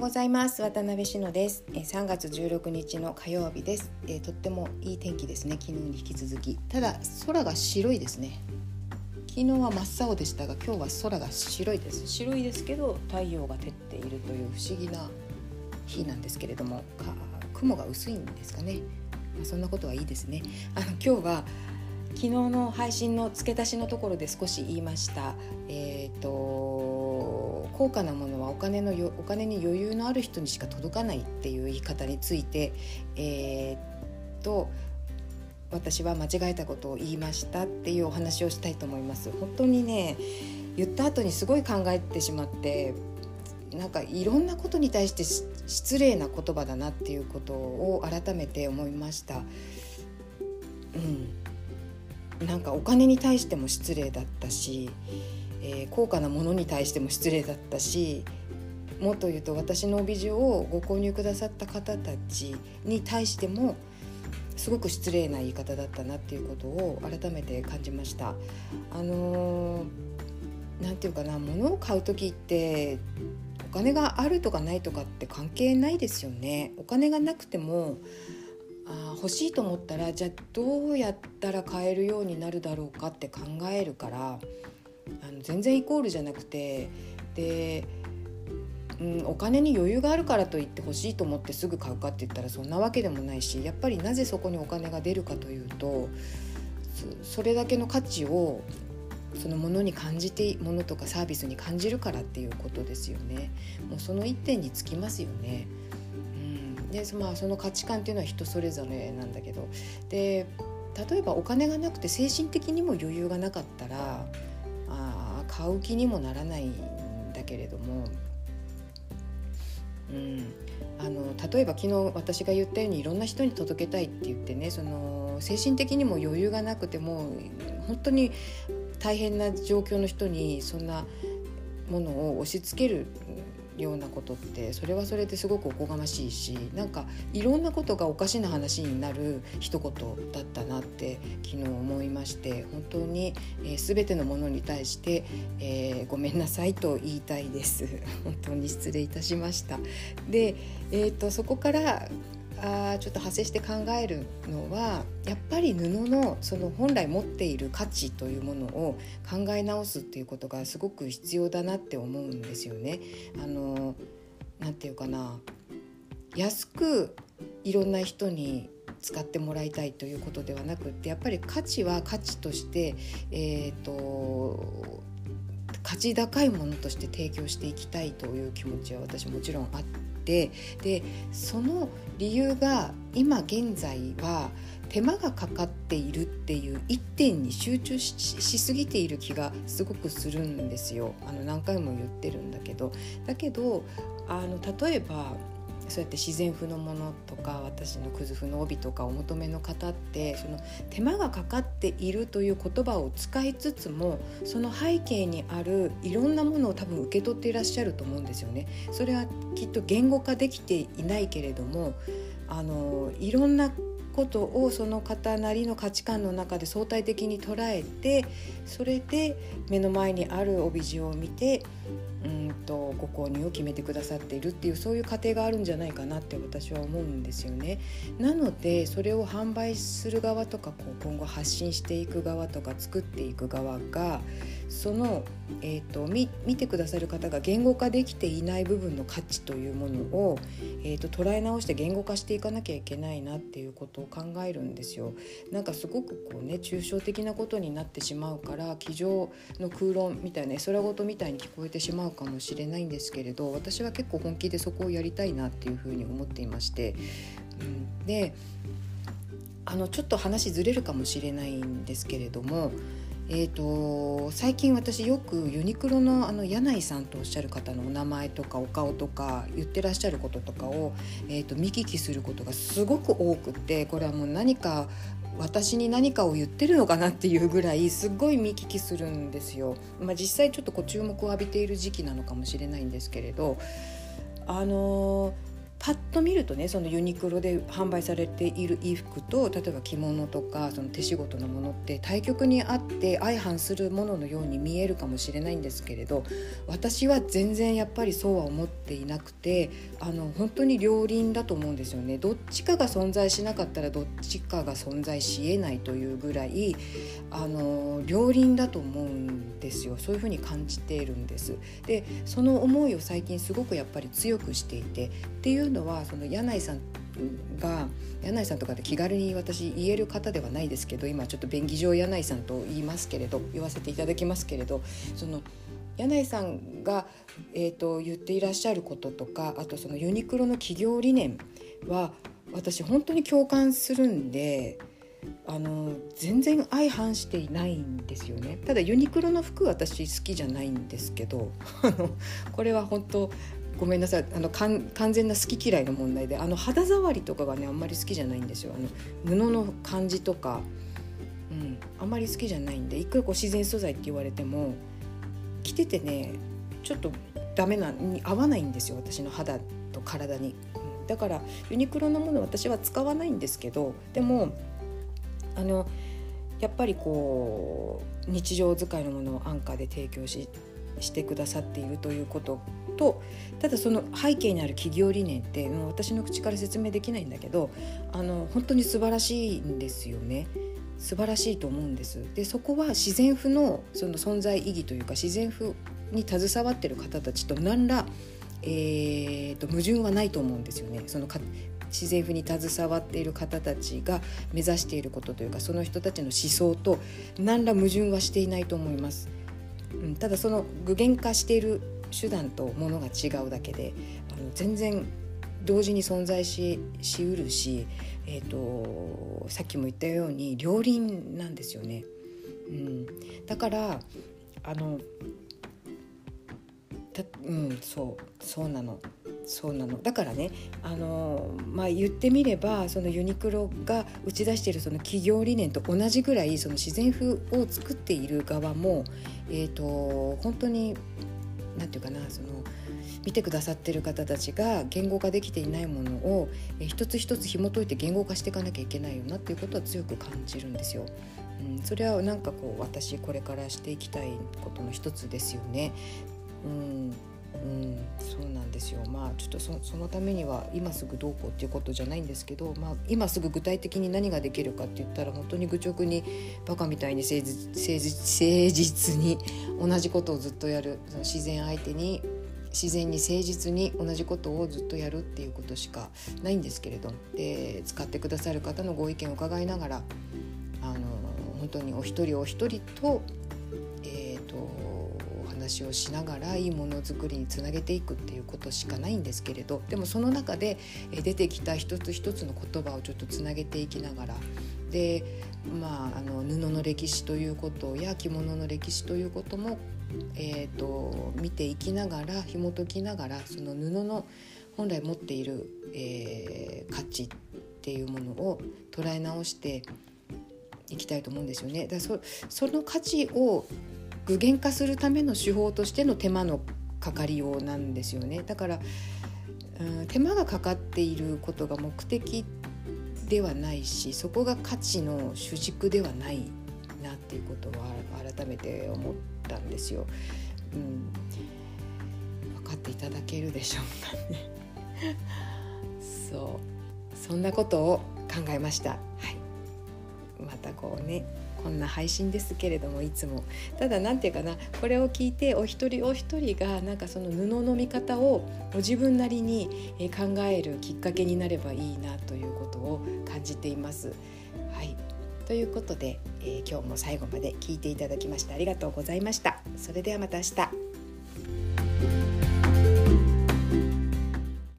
ございます。渡辺志乃です。3月16日の火曜日です。とってもいい天気ですね。昨日に引き続き。ただ空が白いですね。昨日は真っ青でしたが、今日は空が白いです。白いですけど太陽が照っているという不思議な日なんですけれども、雲が薄いんですかね。そんなことはいいですね。今日は昨日の配信の付け足しのところで少し言いました。高価なものはお金に余裕のある人にしか届かないっていう言い方について、私は間違えたことを言いましたっていうお話をしたいと思います。本当にね、言った後にすごい考えてしまって、なんかいろんなことに対して失礼な言葉だなっていうことを改めて思いました。なんかお金に対しても失礼だったし、高価なものに対しても失礼だったし、もっと言うと私の帯状をご購入くださった方たちに対してもすごく失礼な言い方だったなっていうことを改めて感じました。なんていうかな、物を買う時ってお金があるとかないとかって関係ないですよね。お金がなくても欲しいと思ったら、じゃあどうやったら買えるようになるだろうかって考えるから、全然イコールじゃなくて、で、お金に余裕があるからといって欲しいと思ってすぐ買うかって言ったらそんなわけでもないし、やっぱりなぜそこにお金が出るかというと、それだけの価値をそのものに感じて、ものとかサービスに感じるからっていうことですよね。もうその一点につきますよね。でその価値観っていうのは人それぞれなんだけど、で例えばお金がなくて精神的にも余裕がなかったら買う気にもならないんだけれども、例えば昨日私が言ったようにいろんな人に届けたいって言ってね、その精神的にも余裕がなくても本当に大変な状況の人にそんなものを押し付けるようなことって、それはそれですごくおこがましいし、なんかいろんなことがおかしな話になる一言だったなって昨日思いまして、本当に、全てのものに対して、ごめんなさいと言いたいです。本当に失礼いたしました。で、そこからちょっと派生して考えるのは、やっぱり布のその本来持っている価値というものを考え直すっていうことがすごく必要だなって思うんですよね。なんていうかな、安くいろんな人に使ってもらいたいということではなくって、やっぱり価値は価値として、価値高いものとして提供していきたいという気持ちは私もちろんあって、でその理由が今現在は手間がかかっているっていう一点に集中 しすぎている気がすごくするんですよ。何回も言ってるんだけど、例えばそうやって自然風のものとか私のクズ風の帯とかお求めの方って、その手間がかかっているという言葉を使いつつも、その背景にあるいろんなものを多分受け取っていらっしゃると思うんですよね。それはきっと言語化できていないけれども、いろんなことをその方なりの価値観の中で相対的に捉えて、それで目の前にある帯地を見てご購入を決めてくださっているっていう、そういう過程があるんじゃないかなって私は思うんですよね。なのでそれを販売する側とか今後発信していく側とか作っていく側が、その、見てくださる方が言語化できていない部分の価値というものを、捉え直して言語化していかなきゃいけないなっていうことを考えるんですよ。なんかすごく抽象的なことになってしまうから、机上の空論みたいな絵空事みたいに聞こえてしまうかもしれないんですけれど、私は結構本気でそこをやりたいなっていうふうに思っていまして、でちょっと話ずれるかもしれないんですけれども、最近私よくユニクロの柳井さんとおっしゃる方のお名前とかお顔とか言ってらっしゃることとかを、見聞きすることがすごく多くて、これはもう私に何かを言ってるのかなっていうぐらいすごい見聞きするんですよ。実際ちょっと注目を浴びている時期なのかもしれないんですけれど、 パッと見るとね、そのユニクロで販売されている衣服と、例えば着物とかその手仕事のものって対極にあって相反するもののように見えるかもしれないんですけれど、私は全然やっぱりそうは思っていなくて、本当に両輪だと思うんですよね。どっちかが存在しなかったらどっちかが存在し得ないというぐらい両輪だと思うんですよ。そういうふうに感じているんです。でその思いを最近すごくやっぱり強くしていて、っていうのはその柳井さんとかで気軽に私言える方ではないですけど、今ちょっと便宜上柳井さんと言わせていただきますけれど、その柳井さんが、言っていらっしゃることとか、あとそのユニクロの企業理念は私本当に共感するんで、全然相反していないんですよね。ただユニクロの服私好きじゃないんですけどこれは本当ごめんなさい、完全な好き嫌いの問題で、肌触りとかがねあんまり好きじゃないんですよ。布の感じとか、あんまり好きじゃないんで、いくらこう自然素材って言われても着ててねちょっと合わないんですよ、私の肌と体に。だからユニクロのもの私は使わないんですけど、でもやっぱりこう日常使いのものを安価で提供してくださっているということと、ただその背景にある企業理念って私の口から説明できないんだけど、本当に素晴らしいんですよね。素晴らしいと思うんです。でそこは自然譜のその存在意義というか、自然譜に携わっている方たちと何ら、矛盾はないと思うんですよね。その自然譜に携わっている方たちが目指していることというか、その人たちの思想と何ら矛盾はしていないと思います。ただその具現化している手段とものが違うだけで、全然同時に存在しうるし、さっきも言ったように両輪なんですよね。だからそうなのだからね、言ってみればそのユニクロが打ち出しているその企業理念と同じぐらい、その自然風を作っている側も、本当になんていうかな、その見てくださっている方たちが言語化できていないものを一つ一つ紐解いて言語化していかなきゃいけないよなっていうことは強く感じるんですよ。それはなんかこう私これからしていきたいことの一つですよね。そうなんですよ。ちょっと そのためには今すぐどうこうっていうことじゃないんですけど、今すぐ具体的に何ができるかって言ったら、本当に愚直にバカみたいに誠実に同じことをずっとやる、その自然相手に自然に誠実に同じことをずっとやるっていうことしかないんですけれど、で使ってくださる方のご意見を伺いながら、本当にお一人お一人と話をしながらいいものづくりにつなげていくっていうことしかないんですけれど、でもその中で出てきた一つ一つの言葉をちょっとつなげていきながら、で、布の歴史ということや着物の歴史ということも、見ていきながら紐解きながら、その布の本来持っている、価値っていうものを捉え直していきたいと思うんですよね。だからその価値を具現化するための手法としての手間のかかりようなんですよね。だから、手間がかかっていることが目的ではないし、そこが価値の主軸ではないなっていうことは改めて思ったんですよ。分かっていただけるでしょうかねそんなことを考えました。またこうね、こんな配信ですけれども、いつもただなんていうかな、これを聞いてお一人お一人がなんかその布の見方をご自分なりに考えるきっかけになればいいなということを感じています。ということで、今日も最後まで聞いていただきましてありがとうございました。それではまた明日。